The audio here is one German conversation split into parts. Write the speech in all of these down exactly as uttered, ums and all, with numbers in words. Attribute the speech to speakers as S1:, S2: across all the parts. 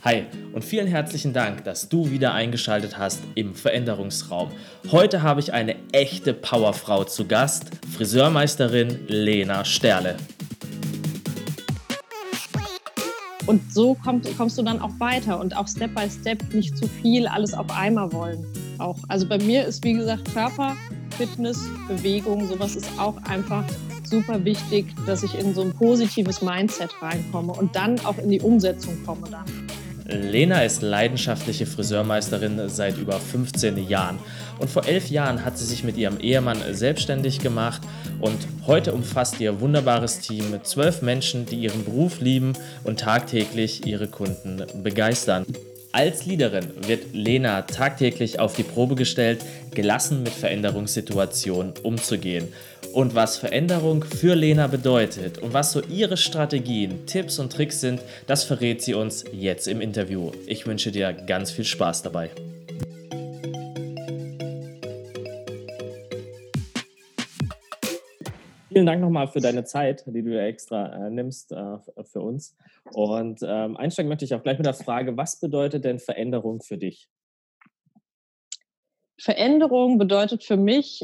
S1: Hi und vielen herzlichen Dank, dass du wieder eingeschaltet hast im Veränderungsraum. Heute habe ich eine echte Powerfrau zu Gast, Friseurmeisterin Lena Sterle.
S2: Und so kommst, kommst du dann auch weiter und auch Step by Step, nicht zu viel, alles auf einmal wollen. Auch. Also bei mir ist, wie gesagt, Körper, Fitness, Bewegung, sowas ist auch einfach super wichtig, dass ich in so ein positives Mindset reinkomme und dann auch in die Umsetzung komme dann.
S1: Lena ist leidenschaftliche Friseurmeisterin seit über fünfzehn Jahren und vor elf Jahren hat sie sich mit ihrem Ehemann selbstständig gemacht und heute umfasst ihr wunderbares Team mit zwölf Menschen, die ihren Beruf lieben und tagtäglich ihre Kunden begeistern. Als Leaderin wird Lena tagtäglich auf die Probe gestellt, gelassen mit Veränderungssituationen umzugehen. Und was Veränderung für Lena bedeutet und was so ihre Strategien, Tipps und Tricks sind, das verrät sie uns jetzt im Interview. Ich wünsche dir ganz viel Spaß dabei. Vielen Dank nochmal für deine Zeit, die du extra äh, nimmst äh, für uns. Und ähm, einsteigen möchte ich auch gleich mit der Frage, was bedeutet denn Veränderung für dich?
S2: Veränderung bedeutet für mich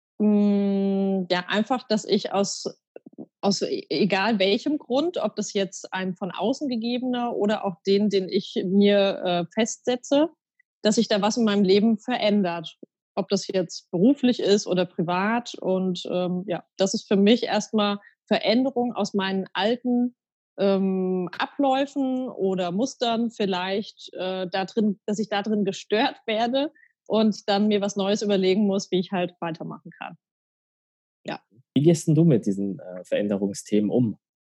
S2: mh, ja einfach, dass ich aus, aus e- egal welchem Grund, ob das jetzt ein von außen gegebener oder auch den, den ich mir äh, festsetze, dass sich da was in meinem Leben verändert. Ob das jetzt beruflich ist oder privat. Und ähm, ja, das ist für mich erstmal Veränderung aus meinen alten ähm, Abläufen oder Mustern vielleicht äh, da drin, dass ich da drin gestört werde und dann mir was Neues überlegen muss, wie ich halt weitermachen kann. Ja.
S1: Wie gehst denn du mit diesen äh, Veränderungsthemen um?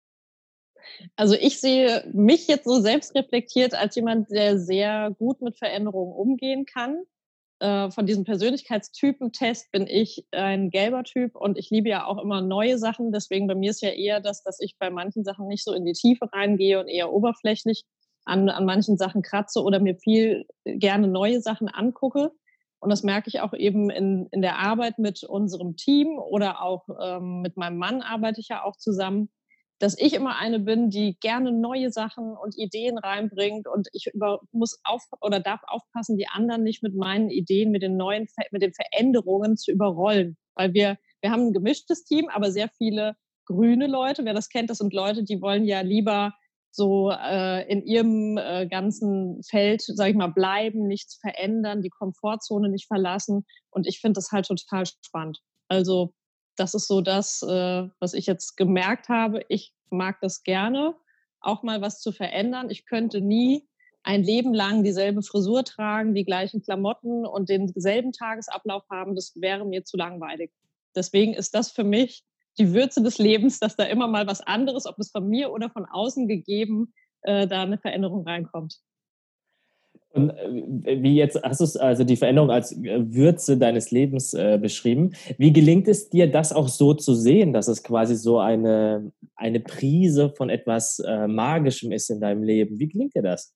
S2: Also ich sehe mich jetzt so selbst reflektiert als jemand, der sehr gut mit Veränderungen umgehen kann. Äh, von diesem Persönlichkeitstypentest bin ich ein gelber Typ und ich liebe ja auch immer neue Sachen. Deswegen bei mir ist ja eher das, dass ich bei manchen Sachen nicht so in die Tiefe reingehe und eher oberflächlich an, an manchen Sachen kratze oder mir viel gerne neue Sachen angucke. Und das merke ich auch eben in, in der Arbeit mit unserem Team oder auch ähm, mit meinem Mann arbeite ich ja auch zusammen, dass ich immer eine bin, die gerne neue Sachen und Ideen reinbringt und ich über, muss auf oder darf aufpassen, die anderen nicht mit meinen Ideen, mit den neuen, mit den Veränderungen zu überrollen, weil wir wir haben ein gemischtes Team, aber sehr viele grüne Leute. Wer das kennt, das sind Leute, die wollen ja lieber so äh, in ihrem äh, ganzen Feld, sage ich mal, bleiben, nichts verändern, die Komfortzone nicht verlassen. Und ich finde das halt total spannend. Also das ist so das, äh, was ich jetzt gemerkt habe. Ich mag das gerne, auch mal was zu verändern. Ich könnte nie ein Leben lang dieselbe Frisur tragen, die gleichen Klamotten und denselben Tagesablauf haben. Das wäre mir zu langweilig. Deswegen ist das für mich die Würze des Lebens, dass da immer mal was anderes, ob es von mir oder von außen gegeben, äh, da eine Veränderung reinkommt.
S1: Und äh, wie jetzt hast du es also die Veränderung als äh, Würze deines Lebens äh, beschrieben. Wie gelingt es dir, das auch so zu sehen, dass es quasi so eine, eine Prise von etwas äh, Magischem ist in deinem Leben? Wie gelingt dir das?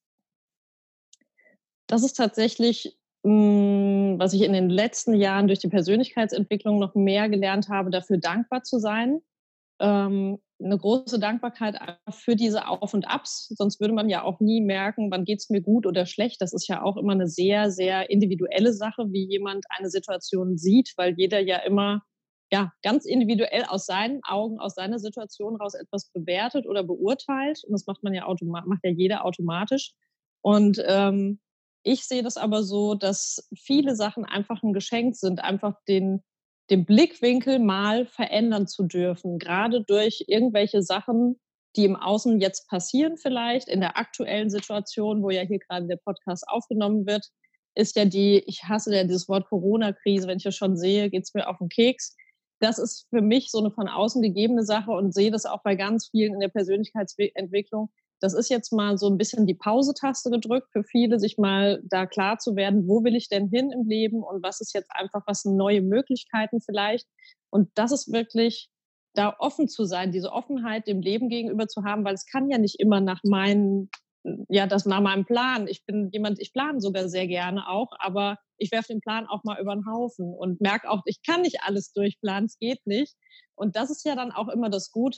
S2: Das ist tatsächlich, hm, was ich in den letzten Jahren durch die Persönlichkeitsentwicklung noch mehr gelernt habe, dafür dankbar zu sein. Ähm, 'ne große Dankbarkeit für diese Auf und Abs, sonst würde man ja auch nie merken, wann geht's mir gut oder schlecht. Das ist ja auch immer eine sehr, sehr individuelle Sache, wie jemand eine Situation sieht, weil jeder ja immer, ja, ganz individuell aus seinen Augen, aus seiner Situation raus etwas bewertet oder beurteilt. Und das macht man ja automa macht ja jeder automatisch. Und, ähm, ich sehe das aber so, dass viele Sachen einfach ein Geschenk sind, einfach den den Blickwinkel mal verändern zu dürfen, gerade durch irgendwelche Sachen, die im Außen jetzt passieren vielleicht. In der aktuellen Situation, wo ja hier gerade der Podcast aufgenommen wird, ist ja die, ich hasse ja dieses Wort Corona-Krise, wenn ich das schon sehe, geht's mir auf den Keks. Das ist für mich so eine von außen gegebene Sache und sehe das auch bei ganz vielen in der Persönlichkeitsentwicklung. Das ist jetzt mal so ein bisschen die Pause-Taste gedrückt für viele, sich mal da klar zu werden, wo will ich denn hin im Leben und was ist jetzt einfach, was sind neue Möglichkeiten vielleicht. Und das ist wirklich, da offen zu sein, diese Offenheit dem Leben gegenüber zu haben, weil es kann ja nicht immer nach meinen, ja, das nach meinem Plan. Ich bin jemand, ich plane sogar sehr gerne auch, aber ich werfe den Plan auch mal über den Haufen und merke auch, ich kann nicht alles durchplanen, es geht nicht. Und das ist ja dann auch immer das Gute,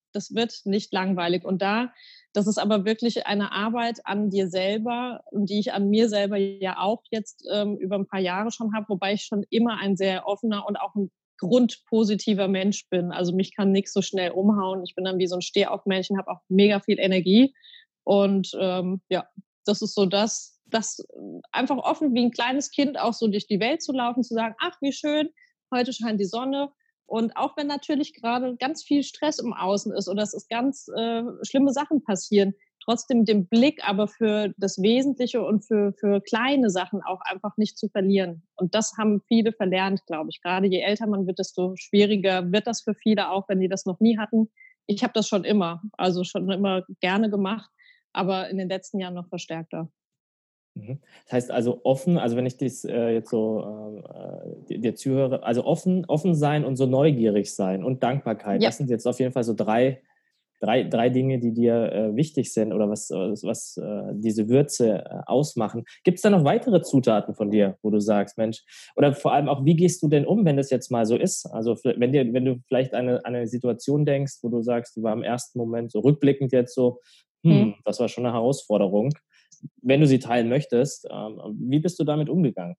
S2: Das wird nicht langweilig. Und da das ist aber wirklich eine Arbeit an dir selber, die ich an mir selber ja auch jetzt ähm, über ein paar Jahre schon habe, wobei ich schon immer ein sehr offener und auch ein grundpositiver Mensch bin. Also mich kann nichts so schnell umhauen. Ich bin dann wie so ein Stehaufmännchen, habe auch mega viel Energie. Und ähm, ja, das ist so das, das äh, einfach offen wie ein kleines Kind auch so durch die Welt zu laufen, zu sagen, ach, wie schön, heute scheint die Sonne. Und auch wenn natürlich gerade ganz viel Stress im Außen ist oder es ist ganz äh, schlimme Sachen passieren, trotzdem den Blick aber für das Wesentliche und für, für kleine Sachen auch einfach nicht zu verlieren. Und das haben viele verlernt, glaube ich. Gerade je älter man wird, desto schwieriger wird das für viele auch, wenn die das noch nie hatten. Ich habe das schon immer, also schon immer gerne gemacht, aber in den letzten Jahren noch verstärkter.
S1: Mhm. Das heißt also offen, also wenn ich das äh, jetzt so ähm, äh, dir dir zuhöre, also offen, offen sein und so neugierig sein und Dankbarkeit,
S2: Ja.
S1: das sind jetzt auf jeden Fall so drei, drei, drei Dinge, die dir äh, wichtig sind oder was, was, was äh, diese Würze äh, ausmachen. Gibt es da noch weitere Zutaten von dir, wo du sagst, Mensch, oder vor allem auch, wie gehst du denn um, wenn das jetzt mal so ist? Also wenn dir, wenn du vielleicht an eine, an eine Situation denkst, wo du sagst, die war im ersten Moment so rückblickend jetzt so,
S2: Hm.
S1: hm, das war schon eine Herausforderung. Wenn du sie teilen möchtest, ähm, wie bist du damit umgegangen?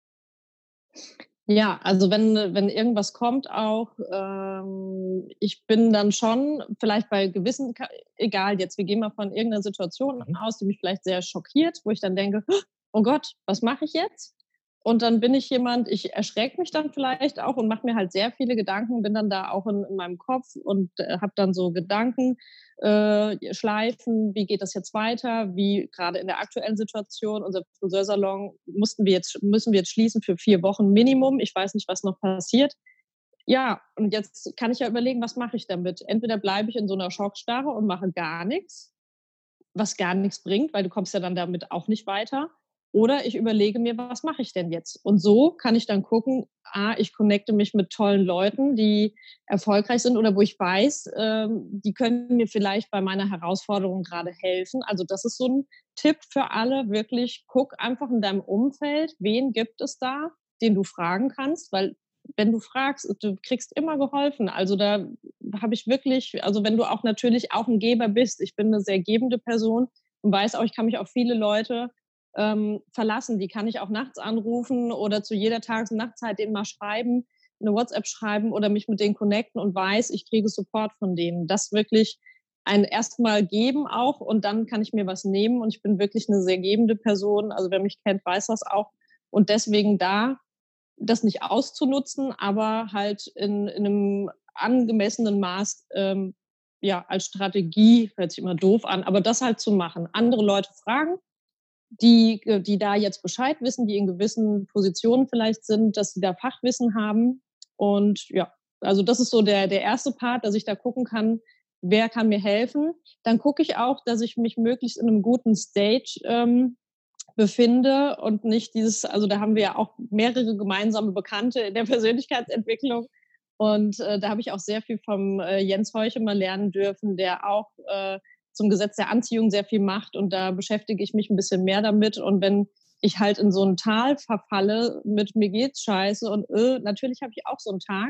S2: Ja, also wenn wenn irgendwas kommt auch, ähm, ich bin dann schon vielleicht bei gewissen Ka egal jetzt, wir gehen mal von irgendeiner Situation
S1: Mhm.
S2: aus, die mich vielleicht sehr schockiert, wo ich dann denke: „Oh Gott, was mache ich jetzt?“ Und dann bin ich jemand, ich erschrecke mich dann vielleicht auch und mache mir halt sehr viele Gedanken, bin dann da auch in in meinem Kopf und, äh, habe dann so Gedanken äh, Schleifen, wie geht das jetzt weiter? Wie gerade in der aktuellen Situation, unser Friseursalon mussten wir jetzt, müssen wir jetzt schließen für vier Wochen Minimum. Ich weiß nicht, was noch passiert. Ja, und jetzt kann ich ja überlegen, was mache ich damit? Entweder bleibe ich in so einer Schockstarre und mache gar nichts, was gar nichts bringt, weil du kommst ja dann damit auch nicht weiter. Oder ich überlege mir, was mache ich denn jetzt? Und so kann ich dann gucken, ah, ich connecte mich mit tollen Leuten, die erfolgreich sind oder wo ich weiß, ähm, die können mir vielleicht bei meiner Herausforderung gerade helfen. Also das ist so ein Tipp für alle, wirklich guck einfach in deinem Umfeld, wen gibt es da, den du fragen kannst, weil wenn du fragst, du kriegst immer geholfen. Also da habe ich wirklich, also wenn du auch natürlich auch ein Geber bist, ich bin eine sehr gebende Person und weiß auch, ich kann mich auf viele Leute ähm, verlassen. Die kann ich auch nachts anrufen oder zu jeder Tages- und Nachtzeit denen mal schreiben, eine WhatsApp schreiben oder mich mit denen connecten und weiß, ich kriege Support von denen. Das wirklich ein erstmal geben auch und dann kann ich mir was nehmen und ich bin wirklich eine sehr gebende Person. Also wer mich kennt, weiß das auch. Und deswegen da das nicht auszunutzen, aber halt in, in einem angemessenen Maß, ähm, ja, als Strategie, hört sich immer doof an, aber das halt zu machen. Andere Leute fragen, die, äh, die da jetzt Bescheid wissen, die in gewissen Positionen vielleicht sind, dass sie da Fachwissen haben. Und ja, also das ist so der, der erste Part, dass ich da gucken kann, wer kann mir helfen. Dann gucke ich auch, dass ich mich möglichst in einem guten Stage ähm, befinde und nicht dieses, also da haben wir ja auch mehrere gemeinsame Bekannte in der Persönlichkeitsentwicklung. Und äh, da habe ich auch sehr viel vom äh, Jens Heuchemer lernen dürfen, der auch äh, zum Gesetz der Anziehung sehr viel macht. Und da beschäftige ich mich ein bisschen mehr damit. Und wenn ich halt in so ein Tal verfalle mit mir geht's scheiße und äh, natürlich habe ich auch so einen Tag,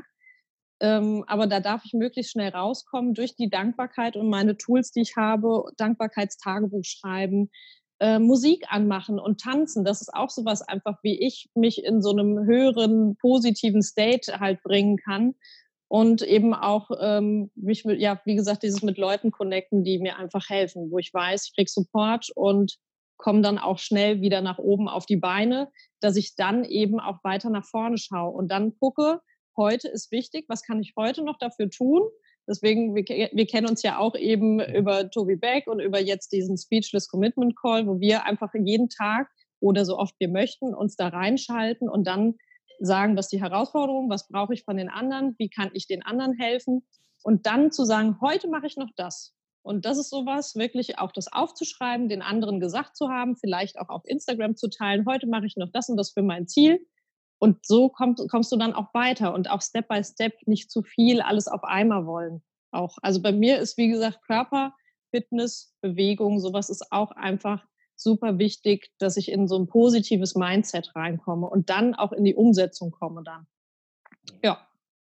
S2: ähm, aber da darf ich möglichst schnell rauskommen durch die Dankbarkeit und meine Tools, die ich habe, Dankbarkeitstagebuch schreiben, äh, Musik anmachen und tanzen. Das ist auch sowas einfach, wie ich mich in so einem höheren positiven State halt bringen kann. Und eben auch ähm, mich mit, ja, wie gesagt, dieses mit Leuten connecten, die mir einfach helfen, wo ich weiß, ich krieg Support und komme dann auch schnell wieder nach oben auf die Beine, dass ich dann eben auch weiter nach vorne schaue und dann gucke, heute ist wichtig, was kann ich heute noch dafür tun? Deswegen, wir, wir kennen uns ja auch eben
S1: Mhm.
S2: über Toby Beck und über jetzt diesen Speechless Commitment Call, wo wir einfach jeden Tag oder so oft wir möchten uns da reinschalten und dann sagen, was die Herausforderung, was brauche ich von den anderen, wie kann ich den anderen helfen und dann zu sagen, heute mache ich noch das. Und das ist sowas, wirklich auch das aufzuschreiben, den anderen gesagt zu haben, vielleicht auch auf Instagram zu teilen, heute mache ich noch das und das für mein Ziel. Und so kommst, kommst du dann auch weiter und auch Step by Step nicht zu viel alles auf einmal wollen. Auch. Also bei mir ist, wie gesagt, Körper, Fitness, Bewegung, sowas ist auch einfach super wichtig, dass ich in so ein positives Mindset reinkomme und dann auch in die Umsetzung komme dann. Ja.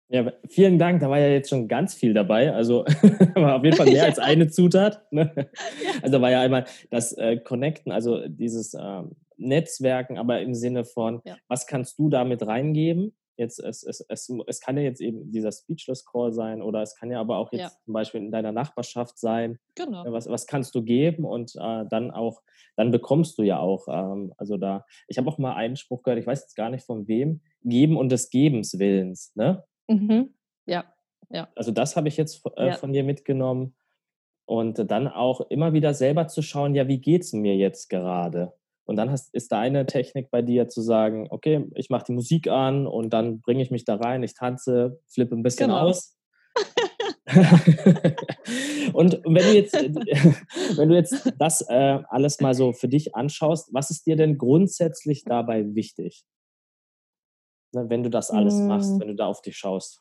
S1: Ja, vielen Dank. Da war ja jetzt schon ganz viel dabei. Also war auf jeden Fall mehr als
S2: Ja.
S1: eine Zutat. Ne?
S2: Ja.
S1: Also war ja einmal das äh, Connecten, also dieses ähm, Netzwerken, aber im Sinne von,
S2: Ja.
S1: was kannst du damit reingeben? Jetzt, es, es, es, es kann ja jetzt eben dieser Speechless Call sein oder es kann ja aber auch
S2: Ja,
S1: jetzt zum Beispiel in deiner Nachbarschaft sein.
S2: genau.
S1: Ja, Was, was kannst du geben und äh, dann auch, dann bekommst du ja auch. Ähm, also da, ich habe auch mal einen Spruch gehört, ich weiß jetzt gar nicht von wem, geben und des Gebens Willens. Ne?
S2: Mhm. Ja, ja,
S1: Also das habe ich jetzt äh,
S2: ja,
S1: von dir mitgenommen und dann auch immer wieder selber zu schauen, ja, wie geht's mir jetzt gerade? Und dann hast, ist da eine Technik bei dir zu sagen, okay, ich mache die Musik an und dann bringe ich mich da rein, ich tanze, flippe ein bisschen
S2: genau.
S1: aus.
S2: Ja.
S1: Und wenn du jetzt, äh, wenn du jetzt das äh, alles mal so für dich anschaust, was ist dir denn grundsätzlich dabei wichtig, ne, wenn du das alles machst,
S2: Hm,
S1: wenn du da auf dich schaust?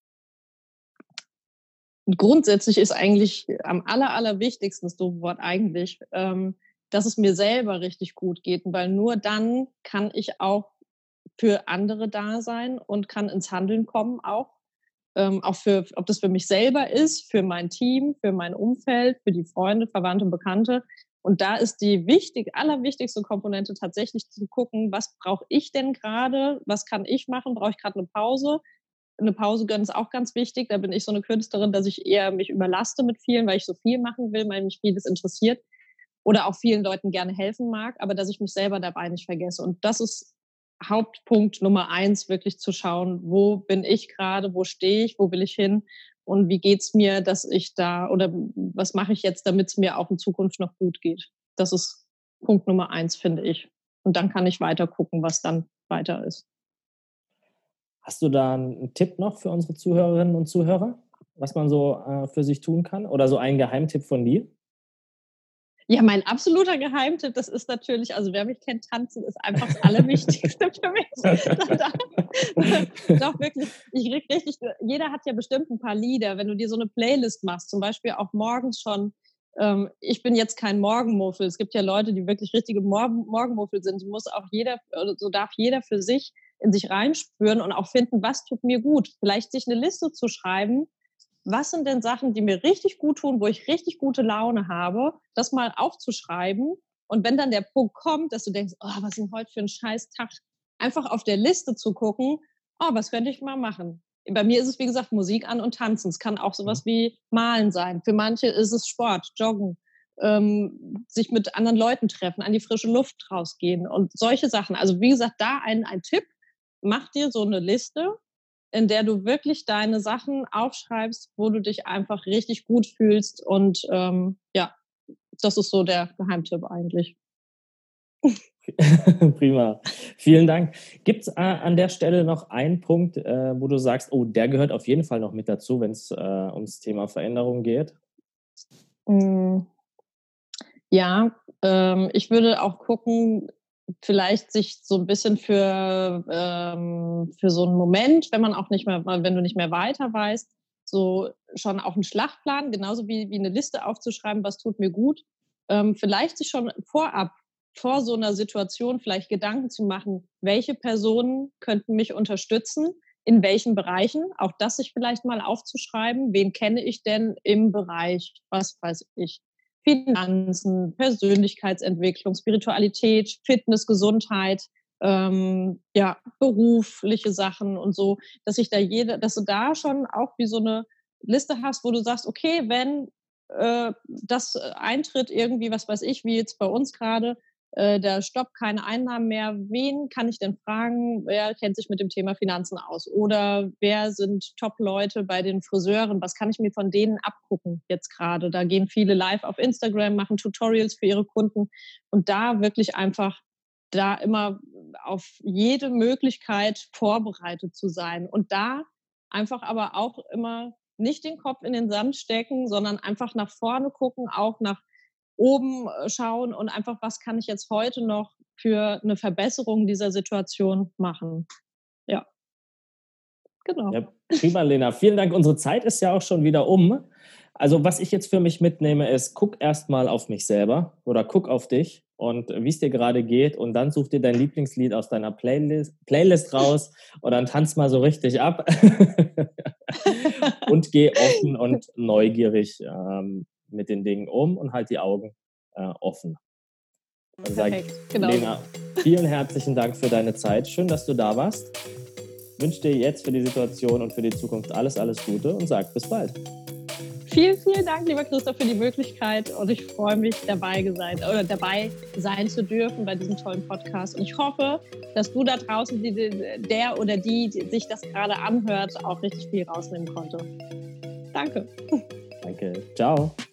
S2: grundsätzlich ist eigentlich am aller allerwichtigsten, das doofe Wort eigentlich, ähm, dass es mir selber richtig gut geht, weil nur dann kann ich auch für andere da sein und kann ins Handeln kommen auch. Ähm, auch für, ob das für mich selber ist, für mein Team, für mein Umfeld, für die Freunde, Verwandte und Bekannte. Und da ist die wichtig, allerwichtigste Komponente tatsächlich zu gucken, was brauche ich denn gerade, was kann ich machen, brauche ich gerade eine Pause. Eine Pause gönnen ist auch ganz wichtig. Da bin ich so eine Künstlerin, dass ich eher mich überlaste mit vielen, weil ich so viel machen will, weil mich vieles interessiert oder auch vielen Leuten gerne helfen mag, aber dass ich mich selber dabei nicht vergesse. Und das ist Hauptpunkt Nummer eins, wirklich zu schauen, wo bin ich gerade, wo stehe ich, wo will ich hin und wie geht's mir, dass ich da oder was mache ich jetzt, damit es mir auch in Zukunft noch gut geht. Das ist Punkt Nummer eins, finde ich. Und dann kann ich weiter gucken, was dann weiter ist.
S1: Hast du da einen Tipp noch für unsere Zuhörerinnen und Zuhörer, was man so äh, für sich tun kann? Oder so ein Geheimtipp von dir?
S2: Ja, mein absoluter Geheimtipp, das ist natürlich, also wer mich kennt, tanzen ist einfach das Allerwichtigste für mich. Da, da, doch wirklich, ich krieg richtig, jeder hat ja bestimmt ein paar Lieder, wenn du dir so eine Playlist machst, zum Beispiel auch morgens schon. Ähm, ich bin jetzt kein Morgenmuffel. Es gibt ja Leute, die wirklich richtige Mor Morgenmuffel sind. So muss auch jeder, oder so darf jeder für sich in sich reinspüren und auch finden, was tut mir gut. Vielleicht sich eine Liste zu schreiben, was sind denn Sachen, die mir richtig gut tun, wo ich richtig gute Laune habe, das mal aufzuschreiben. Und wenn dann der Punkt kommt, dass du denkst, oh, was ist denn heute für ein scheiß Tag, einfach auf der Liste zu gucken, oh, was könnte ich mal machen? Bei mir ist es, wie gesagt, Musik an und tanzen. Es kann auch
S1: Mhm.
S2: sowas wie Malen sein. Für manche ist es Sport, Joggen, ähm, sich mit anderen Leuten treffen, an die frische Luft rausgehen und solche Sachen. Also wie gesagt, da ein, ein Tipp, mach dir so eine Liste, in der du wirklich deine Sachen aufschreibst, wo du dich einfach richtig gut fühlst. Und ähm, ja, das ist so der Geheimtipp eigentlich.
S1: Prima. Vielen Dank. Gibt es äh, an der Stelle noch einen Punkt, äh, wo du sagst, oh, der gehört auf jeden Fall noch mit dazu, wenn es äh, ums Thema Veränderung geht?
S2: Mm, ja, ähm, ich würde auch gucken, vielleicht sich so ein bisschen für, ähm, für so einen Moment, wenn man auch nicht mehr, wenn du nicht mehr weiter weißt, so schon auch einen Schlachtplan, genauso wie, wie eine Liste aufzuschreiben, was tut mir gut. Ähm, vielleicht sich schon vorab, vor so einer Situation, vielleicht Gedanken zu machen, welche Personen könnten mich unterstützen, in welchen Bereichen, auch das sich vielleicht mal aufzuschreiben, wen kenne ich denn im Bereich, was weiß ich, Finanzen, Persönlichkeitsentwicklung, Spiritualität, Fitness, Gesundheit, ähm, ja, berufliche Sachen und so, dass sich da jeder, dass du da schon auch wie so eine Liste hast, wo du sagst, okay, wenn äh, das äh, eintritt, irgendwie, was weiß ich, wie jetzt bei uns gerade, äh, der Stopp, keine Einnahmen mehr. Wen kann ich denn fragen? Wer kennt sich mit dem Thema Finanzen aus? Oder wer sind Top-Leute bei den Friseuren? Was kann ich mir von denen abgucken jetzt gerade? Da gehen viele live auf Instagram, machen Tutorials für ihre Kunden und da wirklich einfach da immer auf jede Möglichkeit vorbereitet zu sein und da einfach aber auch immer nicht den Kopf in den Sand stecken, sondern einfach nach vorne gucken, auch nach oben äh, schauen und einfach, was kann ich jetzt heute noch für eine Verbesserung dieser Situation machen? Ja, genau.
S1: Ja, prima, Lena. Vielen Dank. Unsere Zeit ist ja auch schon wieder um. Also, was ich jetzt für mich mitnehme, ist, guck erst mal auf mich selber oder guck auf dich. und wie es dir gerade geht und dann such dir dein Lieblingslied aus deiner Playlist, Playlist raus und dann tanz mal so richtig ab und geh offen und neugierig ähm, mit den Dingen um und halt die Augen äh, offen. Dann sage ich, genau. Lena, vielen herzlichen Dank für deine Zeit. Schön, dass du da warst. Ich wünsche dir jetzt für die Situation und für die Zukunft alles, alles Gute und sag bis bald.
S2: Vielen, vielen Dank, lieber Christoph, für die Möglichkeit und ich freue mich, dabei, gesagt, oder dabei sein zu dürfen bei diesem tollen Podcast. Und ich hoffe, dass du da draußen, die, der oder die, die sich das gerade anhört, auch richtig viel rausnehmen konnte. Danke.
S1: Danke. Ciao.